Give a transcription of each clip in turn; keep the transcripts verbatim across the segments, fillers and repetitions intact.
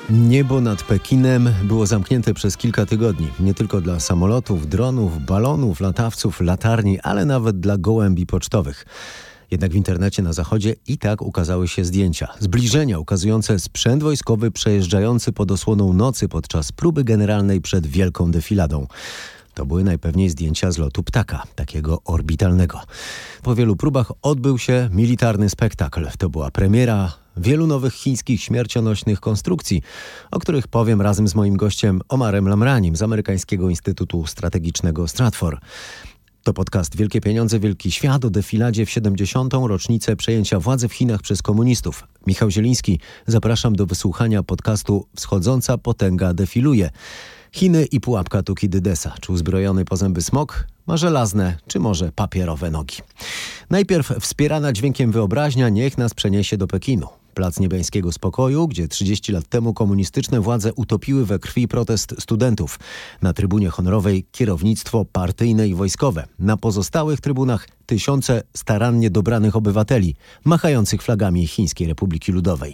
Niebo nad Pekinem było zamknięte przez kilka tygodni. Nie tylko dla samolotów, dronów, balonów, latawców, latarni, ale nawet dla gołębi pocztowych. Jednak w internecie na zachodzie i tak ukazały się zdjęcia. Zbliżenia ukazujące sprzęt wojskowy przejeżdżający pod osłoną nocy podczas próby generalnej przed wielką defiladą. To były najpewniej zdjęcia z lotu ptaka, takiego orbitalnego. Po wielu próbach odbył się militarny spektakl. To była premiera wielu nowych chińskich śmiercionośnych konstrukcji, o których powiem razem z moim gościem Omarem Lamranim z amerykańskiego Instytutu Strategicznego Stratfor. To podcast Wielkie Pieniądze, Wielki Świat o defiladzie w siedemdziesiątą rocznicę przejęcia władzy w Chinach przez komunistów. Michał Zieliński, zapraszam do wysłuchania podcastu Wschodząca potęga defiluje. Chiny i pułapka Tukidydesa. Czy uzbrojony po zęby smok ma żelazne, czy może papierowe nogi? Najpierw wspierana dźwiękiem wyobraźnia niech nas przeniesie do Pekinu. Plac Niebiańskiego Spokoju, gdzie trzydzieści lat temu komunistyczne władze utopiły we krwi protest studentów. Na trybunie honorowej kierownictwo partyjne i wojskowe. Na pozostałych trybunach tysiące starannie dobranych obywateli, machających flagami Chińskiej Republiki Ludowej.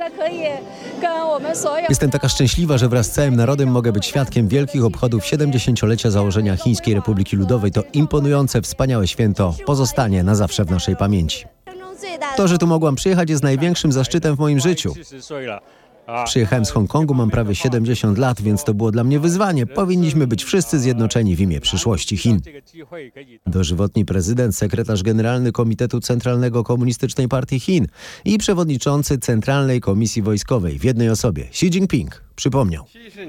Jestem taka szczęśliwa, że wraz z całym narodem mogę być świadkiem wielkich obchodów siedemdziesięciolecia założenia Chińskiej Republiki Ludowej. To imponujące, wspaniałe święto pozostanie na zawsze w naszej pamięci. To, że tu mogłam przyjechać, jest największym zaszczytem w moim życiu. Przyjechałem z Hongkongu, mam prawie siedemdziesiąt lat, więc to było dla mnie wyzwanie. Powinniśmy być wszyscy zjednoczeni w imię przyszłości Chin. Dożywotni prezydent, sekretarz generalny Komitetu Centralnego Komunistycznej Partii Chin i przewodniczący Centralnej Komisji Wojskowej w jednej osobie, Xi Jinping, przypomniał.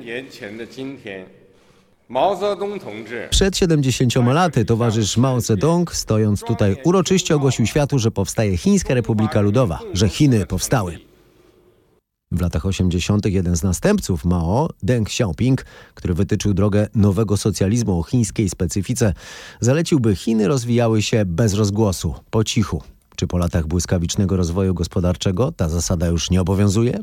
Przed siedemdziesięcioma laty towarzysz Mao Zedong, stojąc tutaj, uroczyście ogłosił światu, że powstaje Chińska Republika Ludowa, że Chiny powstały. W latach osiemdziesiątych jeden z następców Mao, Deng Xiaoping, który wytyczył drogę nowego socjalizmu o chińskiej specyfice, zalecił, by Chiny rozwijały się bez rozgłosu, po cichu. Czy po latach błyskawicznego rozwoju gospodarczego ta zasada już nie obowiązuje?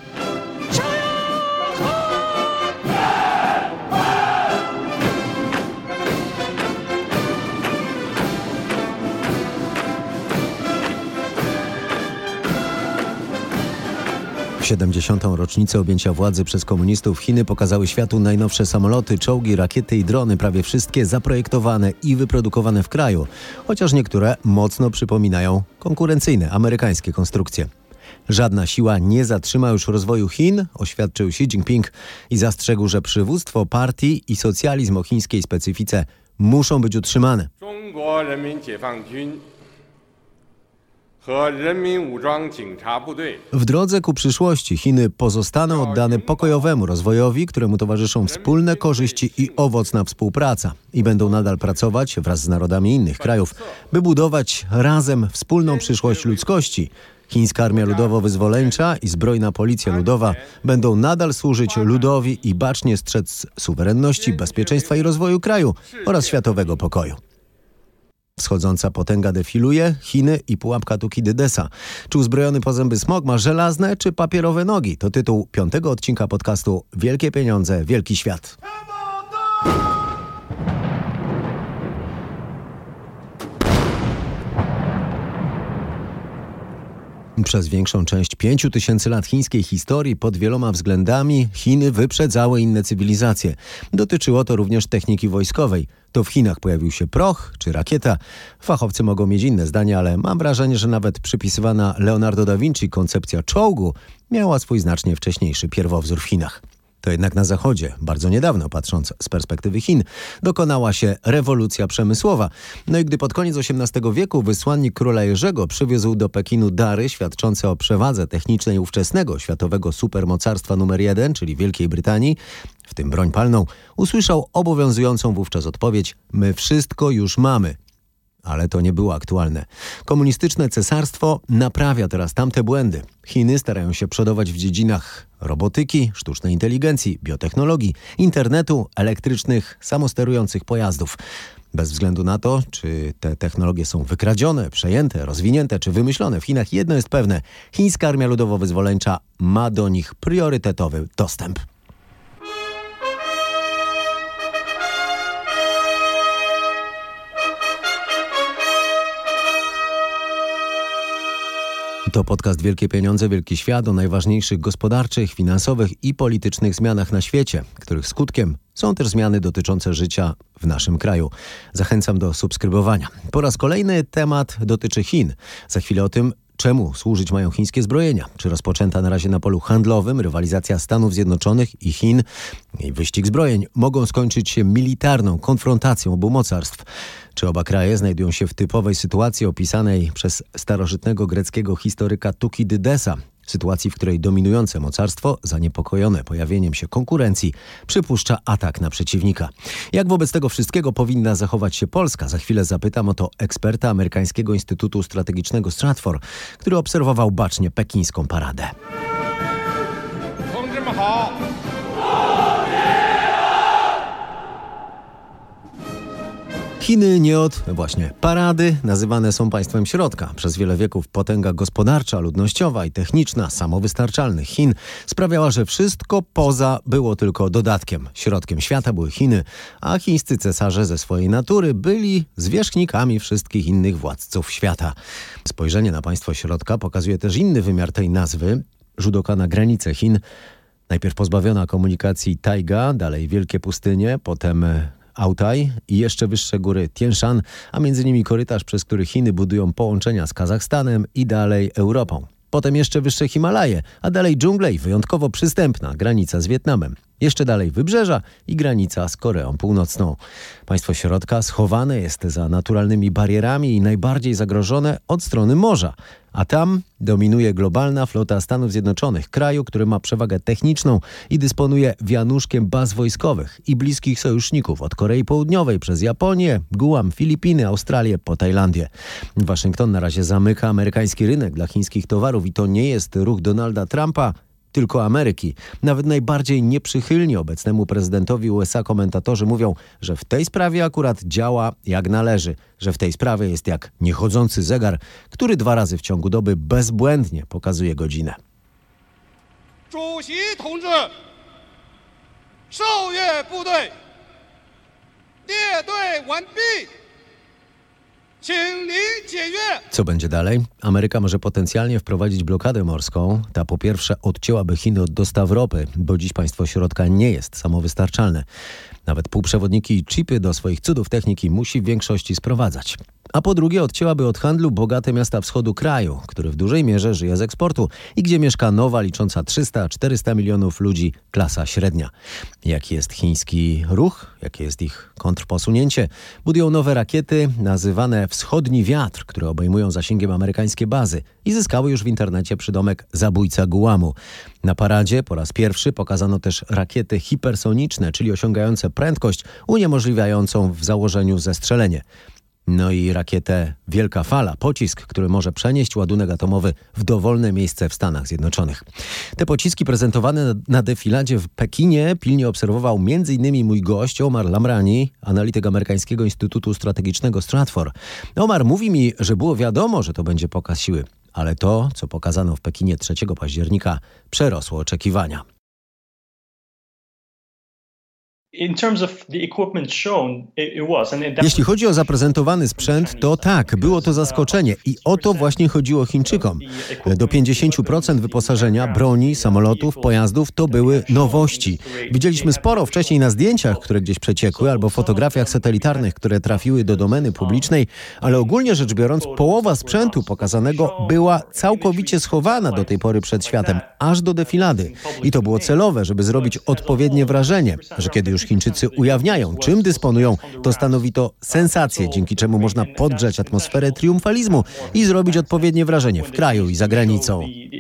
W siedemdziesiątą rocznicę objęcia władzy przez komunistów Chiny pokazały światu najnowsze samoloty, czołgi, rakiety i drony, prawie wszystkie zaprojektowane i wyprodukowane w kraju, chociaż niektóre mocno przypominają konkurencyjne amerykańskie konstrukcje. Żadna siła nie zatrzyma już rozwoju Chin, oświadczył Xi Jinping i zastrzegł, że przywództwo partii i socjalizm o chińskiej specyfice muszą być utrzymane. W drodze ku przyszłości Chiny pozostaną oddane pokojowemu rozwojowi, któremu towarzyszą wspólne korzyści i owocna współpraca. I będą nadal pracować wraz z narodami innych krajów, by budować razem wspólną przyszłość ludzkości. Chińska Armia Ludowo-Wyzwoleńcza i Zbrojna Policja Ludowa będą nadal służyć ludowi i bacznie strzec suwerenności, bezpieczeństwa i rozwoju kraju oraz światowego pokoju. Wschodząca potęga defiluje, Chiny i pułapka Tukidydesa. Czy uzbrojony po zęby smok ma żelazne czy papierowe nogi? To tytuł piątego odcinka podcastu Wielkie Pieniądze, Wielki Świat. Przez większą część pięciu tysięcy lat chińskiej historii pod wieloma względami Chiny wyprzedzały inne cywilizacje. Dotyczyło to również techniki wojskowej. To w Chinach pojawił się proch czy rakieta. Fachowcy mogą mieć inne zdania, ale mam wrażenie, że nawet przypisywana Leonardo da Vinci koncepcja czołgu miała swój znacznie wcześniejszy pierwowzór w Chinach. To jednak na zachodzie, bardzo niedawno, patrząc z perspektywy Chin, dokonała się rewolucja przemysłowa. No i gdy pod koniec osiemnastego wieku wysłannik króla Jerzego przywiózł do Pekinu dary świadczące o przewadze technicznej ówczesnego światowego supermocarstwa numer jeden, czyli Wielkiej Brytanii, w tym broń palną, usłyszał obowiązującą wówczas odpowiedź: my wszystko już mamy. Ale to nie było aktualne. Komunistyczne cesarstwo naprawia teraz tamte błędy. Chiny starają się przodować w dziedzinach robotyki, sztucznej inteligencji, biotechnologii, internetu, elektrycznych, samosterujących pojazdów. Bez względu na to, czy te technologie są wykradzione, przejęte, rozwinięte czy wymyślone w Chinach, jedno jest pewne. Chińska Armia Ludowo-Wyzwoleńcza ma do nich priorytetowy dostęp. To podcast Wielkie Pieniądze, Wielki Świat o najważniejszych gospodarczych, finansowych i politycznych zmianach na świecie, których skutkiem są też zmiany dotyczące życia w naszym kraju. Zachęcam do subskrybowania. Po raz kolejny temat dotyczy Chin. Za chwilę o tym, czemu służyć mają chińskie zbrojenia. Czy rozpoczęta na razie na polu handlowym rywalizacja Stanów Zjednoczonych i Chin i wyścig zbrojeń mogą skończyć się militarną konfrontacją obu mocarstw. Czy oba kraje znajdują się w typowej sytuacji opisanej przez starożytnego greckiego historyka Tukidydesa. Sytuacji, w której dominujące mocarstwo, zaniepokojone pojawieniem się konkurencji, przypuszcza atak na przeciwnika. Jak wobec tego wszystkiego powinna zachować się Polska? Za chwilę zapytam o to eksperta amerykańskiego Instytutu Strategicznego Stratfor, który obserwował bacznie pekińską paradę. Chiny nie od właśnie parady nazywane są państwem środka. Przez wiele wieków potęga gospodarcza, ludnościowa i techniczna samowystarczalnych Chin sprawiała, że wszystko poza było tylko dodatkiem. Środkiem świata były Chiny, a chińscy cesarze ze swojej natury byli zwierzchnikami wszystkich innych władców świata. Spojrzenie na państwo środka pokazuje też inny wymiar tej nazwy. Rzut oka na granice Chin. Najpierw pozbawiona komunikacji tajga, dalej wielkie pustynie, potem Altaj i jeszcze wyższe góry Tian Shan, a między nimi korytarz, przez który Chiny budują połączenia z Kazachstanem i dalej Europą. Potem jeszcze wyższe Himalaje, a dalej dżungle i wyjątkowo przystępna granica z Wietnamem. Jeszcze dalej wybrzeża i granica z Koreą Północną. Państwo środka schowane jest za naturalnymi barierami i najbardziej zagrożone od strony morza. A tam dominuje globalna flota Stanów Zjednoczonych, kraju, który ma przewagę techniczną i dysponuje wianuszkiem baz wojskowych i bliskich sojuszników od Korei Południowej przez Japonię, Guam, Filipiny, Australię po Tajlandię. Waszyngton na razie zamyka amerykański rynek dla chińskich towarów i to nie jest ruch Donalda Trumpa, tylko Ameryki. Nawet najbardziej nieprzychylni obecnemu prezydentowi U S A komentatorzy mówią, że w tej sprawie akurat działa jak należy, że w tej sprawie jest jak niechodzący zegar, który dwa razy w ciągu doby bezbłędnie pokazuje godzinę. Co będzie dalej? Ameryka może potencjalnie wprowadzić blokadę morską. Ta po pierwsze odcięłaby Chiny od dostaw ropy, bo dziś państwo środka nie jest samowystarczalne. Nawet półprzewodniki i chipy do swoich cudów techniki musi w większości sprowadzać. A po drugie odcięłaby od handlu bogate miasta wschodu kraju, który w dużej mierze żyje z eksportu i gdzie mieszka nowa, licząca trzysta czterysta milionów ludzi klasa średnia. Jaki jest chiński ruch? Jakie jest ich kontrposunięcie? Budują nowe rakiety nazywane Wschodni Wiatr, które obejmują zasięgiem amerykańskie bazy i zyskały już w internecie przydomek zabójca Guamu. Na paradzie po raz pierwszy pokazano też rakiety hipersoniczne, czyli osiągające prędkość uniemożliwiającą w założeniu zestrzelenie. No i rakietę Wielka Fala, pocisk, który może przenieść ładunek atomowy w dowolne miejsce w Stanach Zjednoczonych. Te pociski prezentowane na defiladzie w Pekinie pilnie obserwował między innymi mój gość Omar Lamrani, analityk amerykańskiego Instytutu Strategicznego Stratfor. Omar mówi mi, że było wiadomo, że to będzie pokaz siły, ale to, co pokazano w Pekinie trzeciego października, przerosło oczekiwania. Jeśli chodzi o zaprezentowany sprzęt, to tak, było to zaskoczenie i o to właśnie chodziło Chińczykom. Do pięćdziesiąt procent wyposażenia broni, samolotów, pojazdów to były nowości. Widzieliśmy sporo wcześniej na zdjęciach, które gdzieś przeciekły, albo fotografiach satelitarnych, które trafiły do domeny publicznej, ale ogólnie rzecz biorąc, połowa sprzętu pokazanego była całkowicie schowana do tej pory przed światem, aż do defilady. I to było celowe, żeby zrobić odpowiednie wrażenie, że kiedy już Chińczycy ujawniają, czym dysponują, to stanowi to sensację, dzięki czemu można podgrzać atmosferę triumfalizmu i zrobić odpowiednie wrażenie w kraju i za granicą.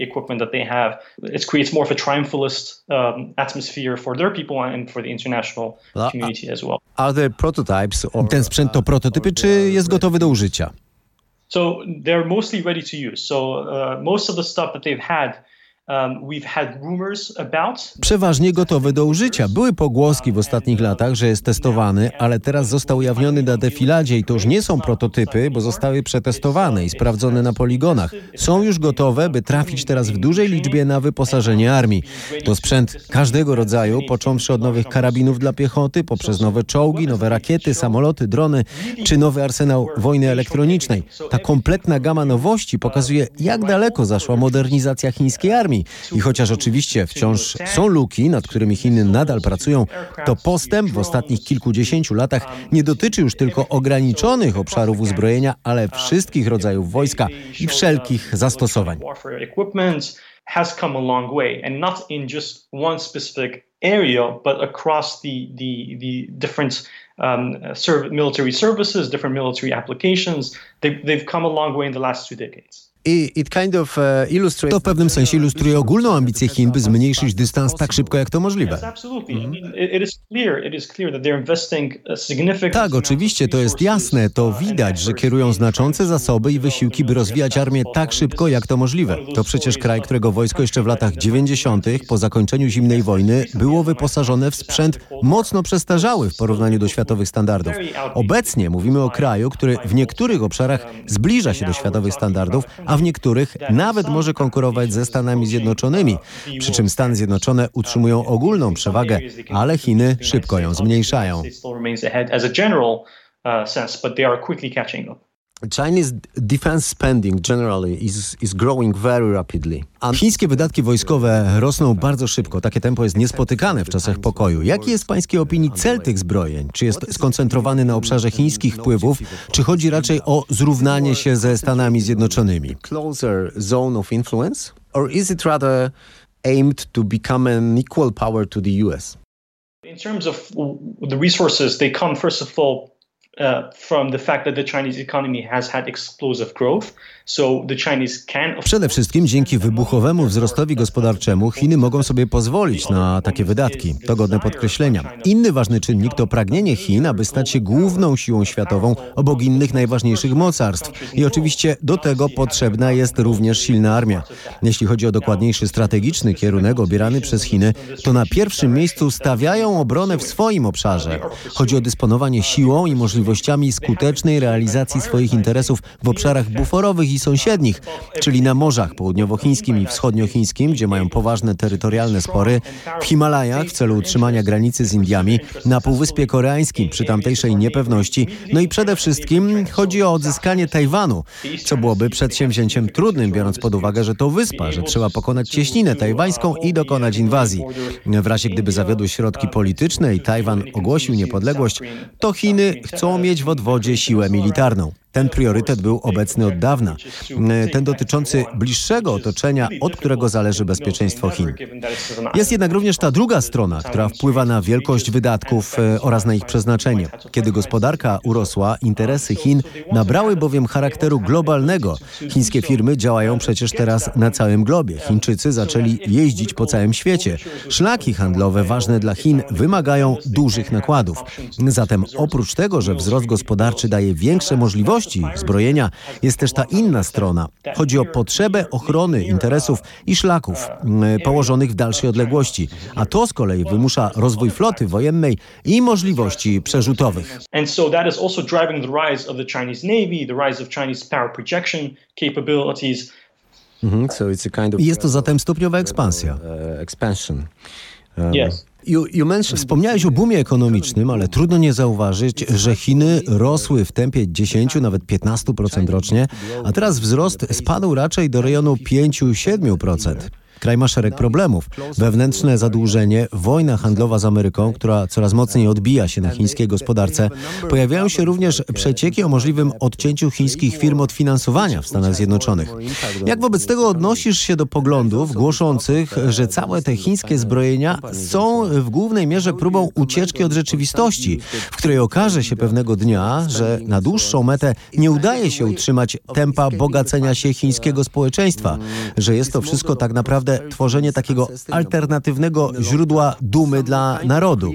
Ten sprzęt to prototypy, czy jest gotowy do użycia? So they're mostly ready to use. So uh, most of the stuff that they've had Przeważnie gotowy do użycia. Były pogłoski w ostatnich latach, że jest testowany, ale teraz został ujawniony na defiladzie i to już nie są prototypy, bo zostały przetestowane i sprawdzone na poligonach. Są już gotowe, by trafić teraz w dużej liczbie na wyposażenie armii. To sprzęt każdego rodzaju, począwszy od nowych karabinów dla piechoty, poprzez nowe czołgi, nowe rakiety, samoloty, drony, czy nowy arsenał wojny elektronicznej. Ta kompletna gama nowości pokazuje, jak daleko zaszła modernizacja chińskiej armii. I chociaż oczywiście wciąż są luki, nad którymi Chiny nadal pracują, to postęp w ostatnich kilkudziesięciu latach nie dotyczy już tylko ograniczonych obszarów uzbrojenia, ale wszystkich rodzajów wojska i wszelkich zastosowań. Has come a long way, and not in just one specific area, but across the the the different um, serv- military services, different military applications. They've, they've come a long way in the last two decades. To w pewnym sensie ilustruje ogólną ambicję Chin, by zmniejszyć dystans tak szybko, jak to możliwe. Tak, oczywiście, to jest jasne. To widać, że kierują znaczące zasoby i wysiłki, by rozwijać armię tak szybko, jak to możliwe. To przecież kraj, którego wojsko jeszcze w latach dziewięćdziesiątych, po zakończeniu zimnej wojny, było wyposażone w sprzęt mocno przestarzały w porównaniu do światowych standardów. Obecnie mówimy o kraju, który w niektórych obszarach zbliża się do światowych standardów, a w niektórych nawet może konkurować ze Stanami Zjednoczonymi. Przy czym Stany Zjednoczone utrzymują ogólną przewagę, ale Chiny szybko ją zmniejszają. Chinese defense spending generally is, is growing very rapidly. Chińskie wydatki wojskowe rosną bardzo szybko. Takie tempo jest niespotykane w czasach pokoju. Jaki jest w pańskiej opinii cel tych zbrojeń? Czy jest skoncentrowany na obszarze chińskich wpływów, czy chodzi raczej o zrównanie się ze Stanami Zjednoczonymi? Closer zone of influence? Or is it rather aimed to become an equal power to the U S? In terms of the resources, they come first of all Uh, from the fact that the Chinese economy has had explosive growth, so the Chinese can... Przede wszystkim dzięki wybuchowemu wzrostowi gospodarczemu Chiny mogą sobie pozwolić na takie wydatki. To godne podkreślenia. Inny ważny czynnik to pragnienie Chin, aby stać się główną siłą światową obok innych najważniejszych mocarstw. I oczywiście do tego potrzebna jest również silna armia. Jeśli chodzi o dokładniejszy strategiczny kierunek obierany przez Chiny, to na pierwszym miejscu stawiają obronę w swoim obszarze. Chodzi o dysponowanie siłą i możliwościami skutecznej realizacji swoich interesów w obszarach buforowych i sąsiednich, czyli na morzach południowochińskim i wschodniochińskim, gdzie mają poważne terytorialne spory, w Himalajach w celu utrzymania granicy z Indiami, na Półwyspie Koreańskim przy tamtejszej niepewności, no i przede wszystkim chodzi o odzyskanie Tajwanu, co byłoby przedsięwzięciem trudnym, biorąc pod uwagę, że to wyspa, że trzeba pokonać cieśninę tajwańską i dokonać inwazji. W razie gdyby zawiodły środki polityczne i Tajwan ogłosił niepodległość, to Chiny chcą mieć w odwodzie siłę militarną. Ten priorytet był obecny od dawna. Ten dotyczący bliższego otoczenia, od którego zależy bezpieczeństwo Chin. Jest jednak również ta druga strona, która wpływa na wielkość wydatków oraz na ich przeznaczenie. Kiedy gospodarka urosła, interesy Chin nabrały bowiem charakteru globalnego. Chińskie firmy działają przecież teraz na całym globie. Chińczycy zaczęli jeździć po całym świecie. Szlaki handlowe ważne dla Chin wymagają dużych nakładów. Zatem oprócz tego, że wzrost gospodarczy daje większe możliwości zbrojenia, jest też ta inna strona. Chodzi o potrzebę ochrony interesów i szlaków położonych w dalszej odległości, a to z kolei wymusza rozwój floty wojennej i możliwości przerzutowych. And so that is also driving the rise of the Chinese Navy, the rise of Chinese power projection capabilities. Jest to zatem stopniowa ekspansja. Yes. Wspomniałeś o boomie ekonomicznym, ale trudno nie zauważyć, że Chiny rosły w tempie dziesięć, nawet piętnaście procent rocznie, a teraz wzrost spadł raczej do rejonu pięć do siedmiu procent. Kraj ma szereg problemów. Wewnętrzne zadłużenie, wojna handlowa z Ameryką, która coraz mocniej odbija się na chińskiej gospodarce. Pojawiają się również przecieki o możliwym odcięciu chińskich firm od finansowania w Stanach Zjednoczonych. Jak wobec tego odnosisz się do poglądów głoszących, że całe te chińskie zbrojenia są w głównej mierze próbą ucieczki od rzeczywistości, w której okaże się pewnego dnia, że na dłuższą metę nie udaje się utrzymać tempa bogacenia się chińskiego społeczeństwa, że jest to wszystko tak naprawdę tworzenie takiego alternatywnego źródła dumy dla narodu.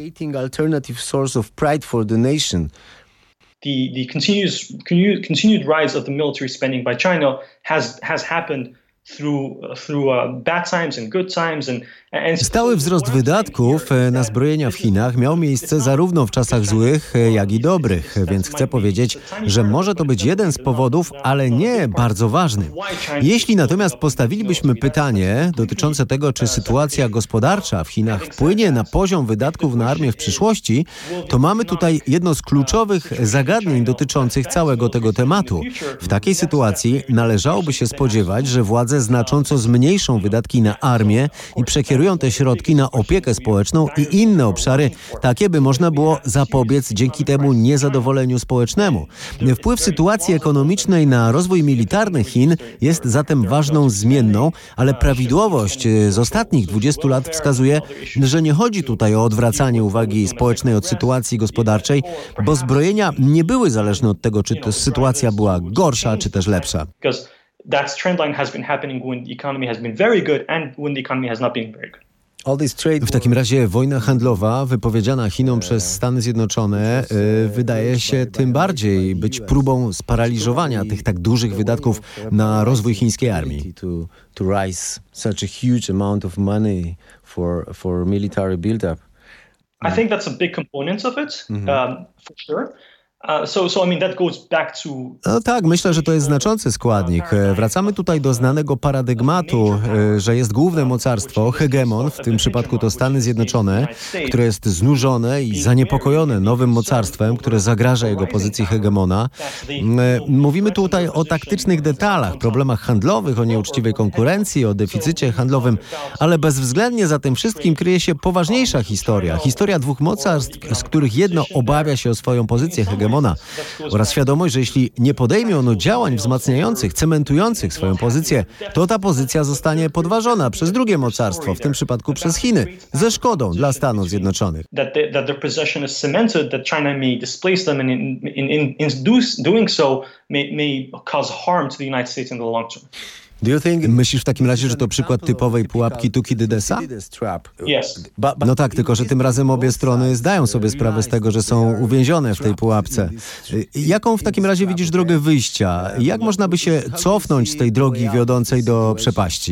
The, the continuous, continued rise of the military spending by China has, has happened Stały wzrost wydatków na zbrojenia w Chinach miał miejsce zarówno w czasach złych, jak i dobrych, więc chcę powiedzieć, że może to być jeden z powodów, ale nie bardzo ważny. Jeśli natomiast postawilibyśmy pytanie dotyczące tego, czy sytuacja gospodarcza w Chinach wpłynie na poziom wydatków na armię w przyszłości, to mamy tutaj jedno z kluczowych zagadnień dotyczących całego tego tematu. W takiej sytuacji należałoby się spodziewać, że władze znacząco zmniejszą wydatki na armię i przekierują te środki na opiekę społeczną i inne obszary, takie by można było zapobiec dzięki temu niezadowoleniu społecznemu. Wpływ sytuacji ekonomicznej na rozwój militarny Chin jest zatem ważną zmienną, ale prawidłowość z ostatnich dwudziestu lat wskazuje, że nie chodzi tutaj o odwracanie uwagi społecznej od sytuacji gospodarczej, bo zbrojenia nie były zależne od tego, czy to sytuacja była gorsza, czy też lepsza. That trend line has been happening when the economy has been very good and when the economy has not been very good. W takim razie wojna handlowa wypowiedziana Chinom przez Stany Zjednoczone y, wydaje się tym bardziej być próbą sparaliżowania tych tak dużych wydatków na rozwój chińskiej armii. I think that's a big component of it, um, for sure. Uh, so, so I mean that goes back to... No tak, myślę, że to jest znaczący składnik. Wracamy tutaj do znanego paradygmatu, że jest główne mocarstwo, hegemon, w tym przypadku to Stany Zjednoczone, które jest znużone i zaniepokojone nowym mocarstwem, które zagraża jego pozycji hegemona. Mówimy tutaj o taktycznych detalach, problemach handlowych, o nieuczciwej konkurencji, o deficycie handlowym, ale bezwzględnie za tym wszystkim kryje się poważniejsza historia. Historia dwóch mocarstw, z których jedno obawia się o swoją pozycję hegemona, oraz świadomość, że jeśli nie podejmie ono działań wzmacniających, cementujących swoją pozycję, to ta pozycja zostanie podważona przez drugie mocarstwo, w tym przypadku przez Chiny, ze szkodą dla Stanów Zjednoczonych. Myślisz w takim razie, że to przykład typowej pułapki Thukydidesa? No tak, tylko że tym razem obie strony zdają sobie sprawę z tego, że są uwięzione w tej pułapce. Jaką w takim razie widzisz drogę wyjścia? Jak można by się cofnąć z tej drogi wiodącej do przepaści?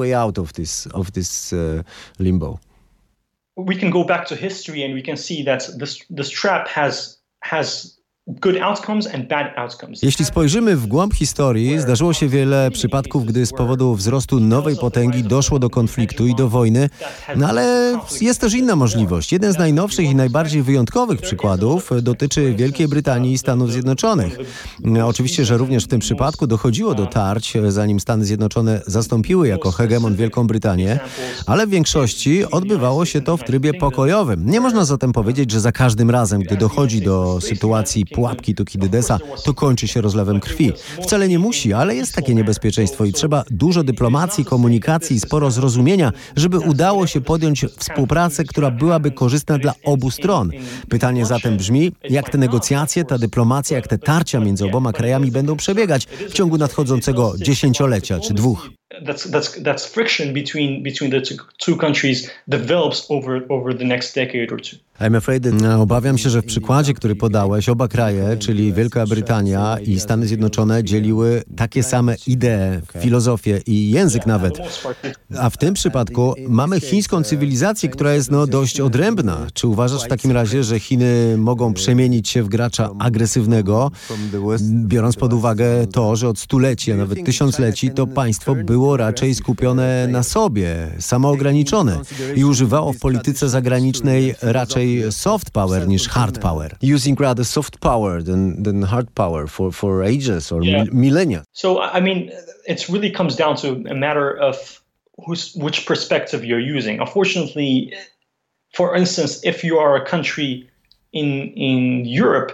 We can go back to history and we can see that this, this trap has has good outcomes and bad outcomes. Jeśli spojrzymy w głąb historii, zdarzyło się wiele przypadków, gdy z powodu wzrostu nowej potęgi doszło do konfliktu i do wojny, no ale jest też inna możliwość. Jeden z najnowszych i najbardziej wyjątkowych przykładów dotyczy Wielkiej Brytanii i Stanów Zjednoczonych. Oczywiście, że również w tym przypadku dochodziło do tarć, zanim Stany Zjednoczone zastąpiły jako hegemon Wielką Brytanię, ale w większości odbywało się to w trybie pokojowym. Nie można zatem powiedzieć, że za każdym razem, gdy dochodzi do sytuacji pułapki Thukydidesa, to kończy się rozlewem krwi. Wcale nie musi, ale jest takie niebezpieczeństwo i trzeba dużo dyplomacji, komunikacji i sporo zrozumienia, żeby udało się podjąć współpracę, która byłaby korzystna dla obu stron. Pytanie zatem brzmi, jak te negocjacje, ta dyplomacja, jak te tarcia między oboma krajami będą przebiegać w ciągu nadchodzącego dziesięciolecia czy dwóch. That's that's that's friction between between the two, two countries develops over over the next decade or two. Obawiam się, że w przykładzie, który podałeś, oba kraje, czyli Wielka Brytania i Stany Zjednoczone, dzieliły takie same idee, filozofię i język nawet. A w tym przypadku mamy chińską cywilizację, która jest no dość odrębna. Czy uważasz w takim razie, że Chiny mogą przemienić się w gracza agresywnego, biorąc pod uwagę to, że od stuleci, a nawet tysiącleci to państwo było raczej skupione na sobie, samoograniczone i używało w polityce zagranicznej raczej soft power niż hard power. Using rather soft power than, than hard power for, for ages or yeah. millennia. So, I mean, it really comes down to a matter of who's, which perspective you're using. Unfortunately, for instance, if you are a country in, in Europe,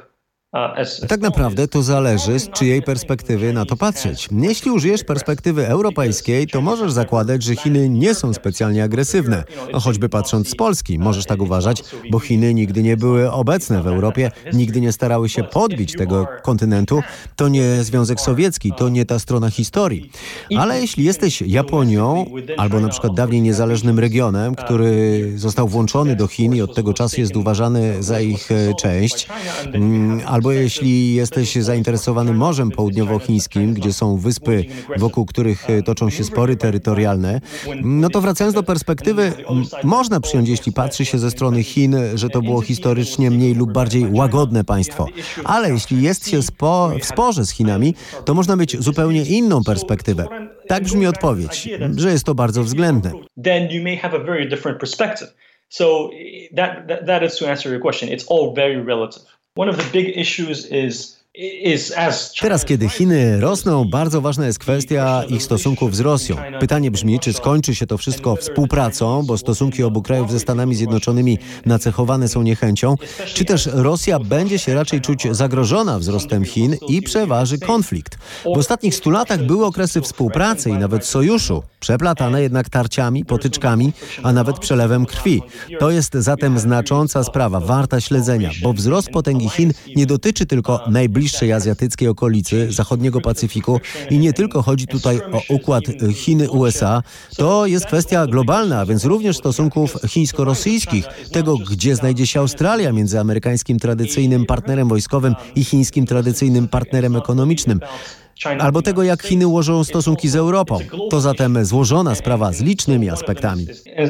tak naprawdę to zależy, z czyjej perspektywy na to patrzeć. Jeśli użyjesz perspektywy europejskiej, to możesz zakładać, że Chiny nie są specjalnie agresywne. No, choćby patrząc z Polski, możesz tak uważać, bo Chiny nigdy nie były obecne w Europie, nigdy nie starały się podbić tego kontynentu. To nie Związek Sowiecki, to nie ta strona historii. Ale jeśli jesteś Japonią, albo na przykład dawniej niezależnym regionem, który został włączony do Chin i od tego czasu jest uważany za ich część, albo bo jeśli jesteś zainteresowany Morzem Południowochińskim, gdzie są wyspy, wokół których toczą się spory terytorialne, no to wracając do perspektywy, m- można przyjąć, jeśli patrzy się ze strony Chin, że to było historycznie mniej lub bardziej łagodne państwo. Ale jeśli jest się spo, w sporze z Chinami, to można mieć zupełnie inną perspektywę. Tak brzmi odpowiedź, że jest to bardzo względne. Then you may have a very different perspective. So that, that, that is to answer your question. It's all very relative. One of the big issues is Teraz, kiedy Chiny rosną, bardzo ważna jest kwestia ich stosunków z Rosją. Pytanie brzmi, czy skończy się to wszystko współpracą, bo stosunki obu krajów ze Stanami Zjednoczonymi nacechowane są niechęcią, czy też Rosja będzie się raczej czuć zagrożona wzrostem Chin i przeważy konflikt. W ostatnich stu latach były okresy współpracy i nawet sojuszu, przeplatane jednak tarciami, potyczkami, a nawet przelewem krwi. To jest zatem znacząca sprawa, warta śledzenia, bo wzrost potęgi Chin nie dotyczy tylko najbliższej najbliższej azjatyckiej okolicy, zachodniego Pacyfiku i nie tylko chodzi tutaj o układ Chiny-U S A, to jest kwestia globalna, a więc również stosunków chińsko-rosyjskich, tego, gdzie znajdzie się Australia między amerykańskim tradycyjnym partnerem wojskowym i chińskim tradycyjnym partnerem ekonomicznym. Albo tego, jak Chiny ułożą stosunki z Europą. To zatem złożona sprawa z licznymi aspektami.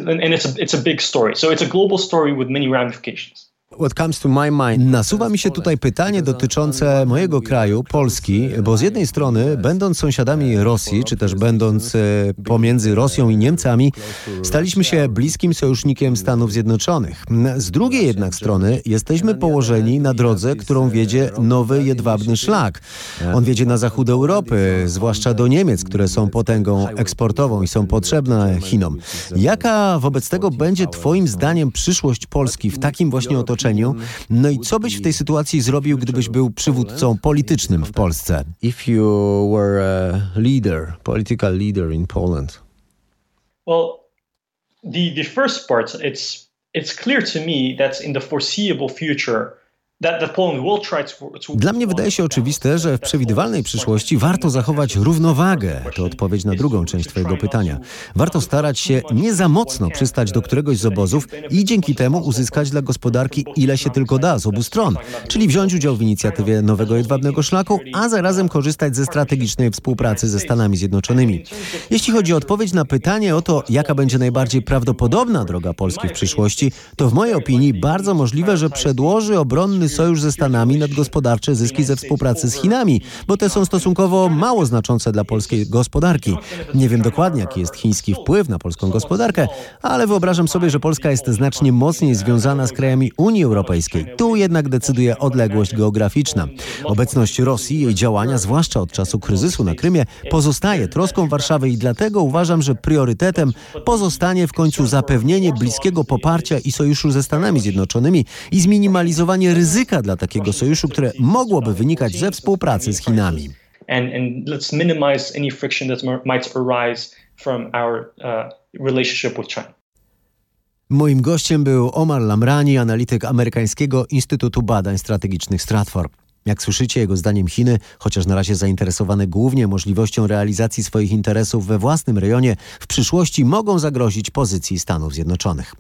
Nasuwa mi się tutaj pytanie dotyczące mojego kraju, Polski, bo z jednej strony, będąc sąsiadami Rosji, czy też będąc pomiędzy Rosją i Niemcami, staliśmy się bliskim sojusznikiem Stanów Zjednoczonych. Z drugiej jednak strony, jesteśmy położeni na drodze, którą wiedzie nowy jedwabny szlak. On wiedzie na zachód Europy, zwłaszcza do Niemiec, które są potęgą eksportową i są potrzebne Chinom. Jaka wobec tego będzie Twoim zdaniem przyszłość Polski w takim właśnie otoczeniu? No i co byś w tej sytuacji zrobił, gdybyś był przywódcą politycznym w Polsce? If you were a leader, political leader in Poland. Well, the the first part, it's it's clear to me that in the foreseeable future Dla mnie wydaje się oczywiste, że w przewidywalnej przyszłości warto zachować równowagę. To odpowiedź na drugą część Twojego pytania. Warto starać się nie za mocno przystać do któregoś z obozów i dzięki temu uzyskać dla gospodarki ile się tylko da z obu stron. Czyli wziąć udział w inicjatywie nowego jedwabnego szlaku, a zarazem korzystać ze strategicznej współpracy ze Stanami Zjednoczonymi. Jeśli chodzi o odpowiedź na pytanie o to, jaka będzie najbardziej prawdopodobna droga Polski w przyszłości, to w mojej opinii bardzo możliwe, że przedłoży obronny sojusz ze Stanami nad gospodarcze zyski ze współpracy z Chinami, bo te są stosunkowo mało znaczące dla polskiej gospodarki. Nie wiem dokładnie, jaki jest chiński wpływ na polską gospodarkę, ale wyobrażam sobie, że Polska jest znacznie mocniej związana z krajami Unii Europejskiej. Tu jednak decyduje odległość geograficzna. Obecność Rosji, jej działania, zwłaszcza od czasu kryzysu na Krymie, pozostaje troską Warszawy i dlatego uważam, że priorytetem pozostanie w końcu zapewnienie bliskiego poparcia i sojuszu ze Stanami Zjednoczonymi i zminimalizowanie ryzyka dla takiego sojuszu, które mogłoby wynikać ze współpracy z Chinami. And, and let's minimize any friction that might arise from our uh, relationship with China. Moim gościem był Omar Lamrani, analityk amerykańskiego Instytutu Badań Strategicznych Stratfor. Jak słyszycie, jego zdaniem Chiny, chociaż na razie zainteresowane głównie możliwością realizacji swoich interesów we własnym rejonie, w przyszłości mogą zagrozić pozycji Stanów Zjednoczonych.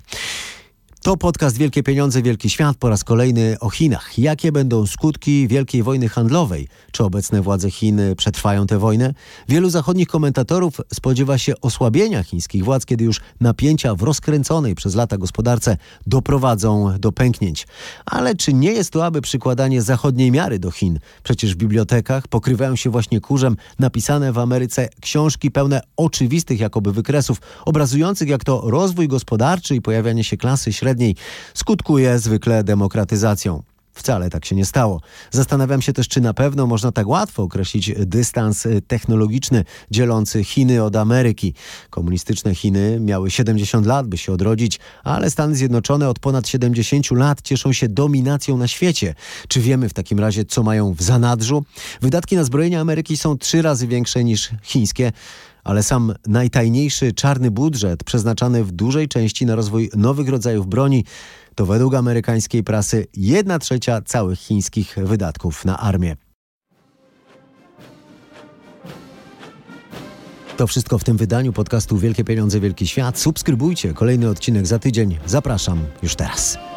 To podcast Wielkie Pieniądze, Wielki Świat, po raz kolejny o Chinach. Jakie będą skutki wielkiej wojny handlowej? Czy obecne władze Chin przetrwają tę wojnę? Wielu zachodnich komentatorów spodziewa się osłabienia chińskich władz, kiedy już napięcia w rozkręconej przez lata gospodarce doprowadzą do pęknięć. Ale czy nie jest to aby przykładanie zachodniej miary do Chin? Przecież w bibliotekach pokrywają się właśnie kurzem napisane w Ameryce książki pełne oczywistych jakoby wykresów, obrazujących jak to rozwój gospodarczy i pojawianie się klasy średniej skutkuje zwykle demokratyzacją. Wcale tak się nie stało. Zastanawiam się też, czy na pewno można tak łatwo określić dystans technologiczny dzielący Chiny od Ameryki. Komunistyczne Chiny miały siedemdziesiąt lat, by się odrodzić, ale Stany Zjednoczone od ponad siedemdziesięciu lat cieszą się dominacją na świecie. Czy wiemy w takim razie, co mają w zanadrzu? Wydatki na zbrojenia Ameryki są trzy razy większe niż chińskie, ale sam najtajniejszy czarny budżet przeznaczany w dużej części na rozwój nowych rodzajów broni to według amerykańskiej prasy jedna trzecia całych chińskich wydatków na armię. To wszystko w tym wydaniu podcastu Wielkie Pieniądze, Wielki Świat. Subskrybujcie kolejny odcinek za tydzień. Zapraszam już teraz.